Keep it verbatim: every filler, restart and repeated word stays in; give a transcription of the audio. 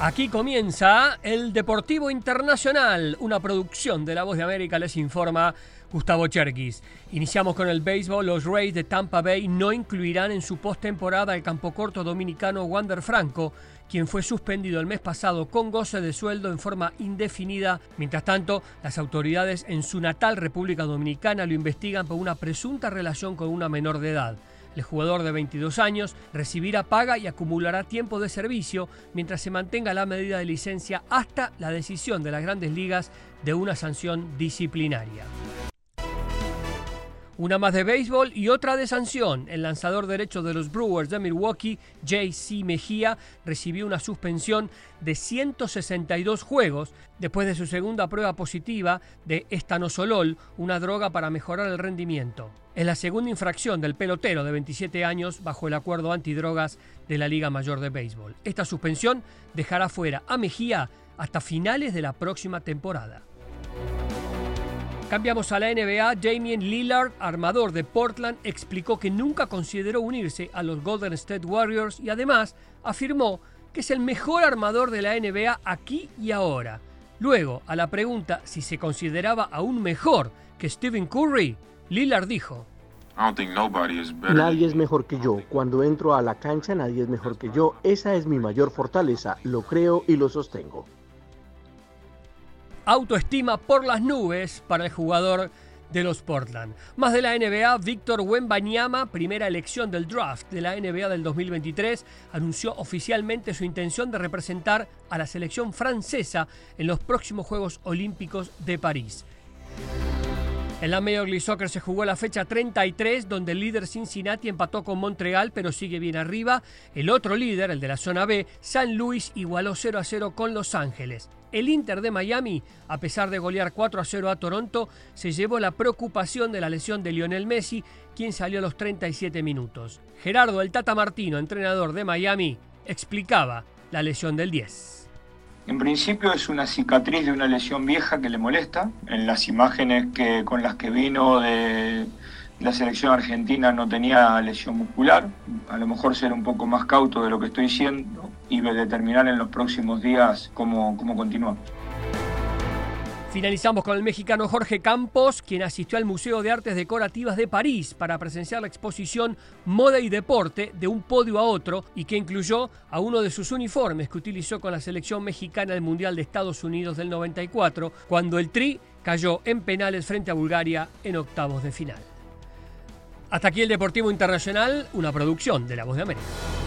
Aquí comienza el Deportivo Internacional, una producción de La Voz de América, les informa Gustavo Cherkis. Iniciamos con el béisbol. Los Rays de Tampa Bay no incluirán en su postemporada al campocorto dominicano Wander Franco, quien fue suspendido el mes pasado con goce de sueldo en forma indefinida. Mientras tanto, las autoridades en su natal República Dominicana lo investigan por una presunta relación con una menor de edad. El jugador de veintidós años recibirá paga y acumulará tiempo de servicio mientras se mantenga la medida de licencia hasta la decisión de las Grandes Ligas de una sanción disciplinaria. Una más de béisbol y otra de sanción. El lanzador derecho de los Brewers de Milwaukee, J C Mejía, recibió una suspensión de ciento sesenta y dos juegos después de su segunda prueba positiva de estanosol, una droga para mejorar el rendimiento. Es la segunda infracción del pelotero de veintisiete años bajo el acuerdo antidrogas de la Liga Mayor de Béisbol. Esta suspensión dejará fuera a Mejía hasta finales de la próxima temporada. Cambiamos a la N B A. Damian Lillard, armador de Portland, explicó que nunca consideró unirse a los Golden State Warriors y además afirmó que es el mejor armador de la N B A aquí y ahora. Luego, a la pregunta si se consideraba aún mejor que Stephen Curry, Lillard dijo: Nadie es mejor que yo. Cuando entro a la cancha, nadie es mejor que yo. Esa es mi mayor fortaleza. Lo creo y lo sostengo. Autoestima por las nubes para el jugador de los Portland. Más de la N B A, Víctor Wembanyama, primera elección del draft de la N B A del dos mil veintitrés, anunció oficialmente su intención de representar a la selección francesa en los próximos Juegos Olímpicos de París. En la Major League Soccer se jugó la fecha treinta y tres, donde el líder Cincinnati empató con Montreal, pero sigue bien arriba. El otro líder, el de la zona B, San Luis, igualó cero a cero con Los Ángeles. El Inter de Miami, a pesar de golear cuatro a cero a Toronto, se llevó la preocupación de la lesión de Lionel Messi, quien salió a los treinta y siete minutos. Gerardo el Tata Martino, entrenador de Miami, explicaba la lesión del diez. En principio es una cicatriz de una lesión vieja que le molesta. En las imágenes que, con las que vino de la selección argentina no tenía lesión muscular. A lo mejor ser un poco más cauto de lo que estoy diciendo y determinar en los próximos días cómo, cómo continuamos. Finalizamos con el mexicano Jorge Campos, quien asistió al Museo de Artes Decorativas de París para presenciar la exposición Moda y Deporte de un podio a otro y que incluyó a uno de sus uniformes que utilizó con la selección mexicana del Mundial de Estados Unidos del noventa y cuatro, cuando el Tri cayó en penales frente a Bulgaria en octavos de final. Hasta aquí el Deportivo Internacional, una producción de La Voz de América.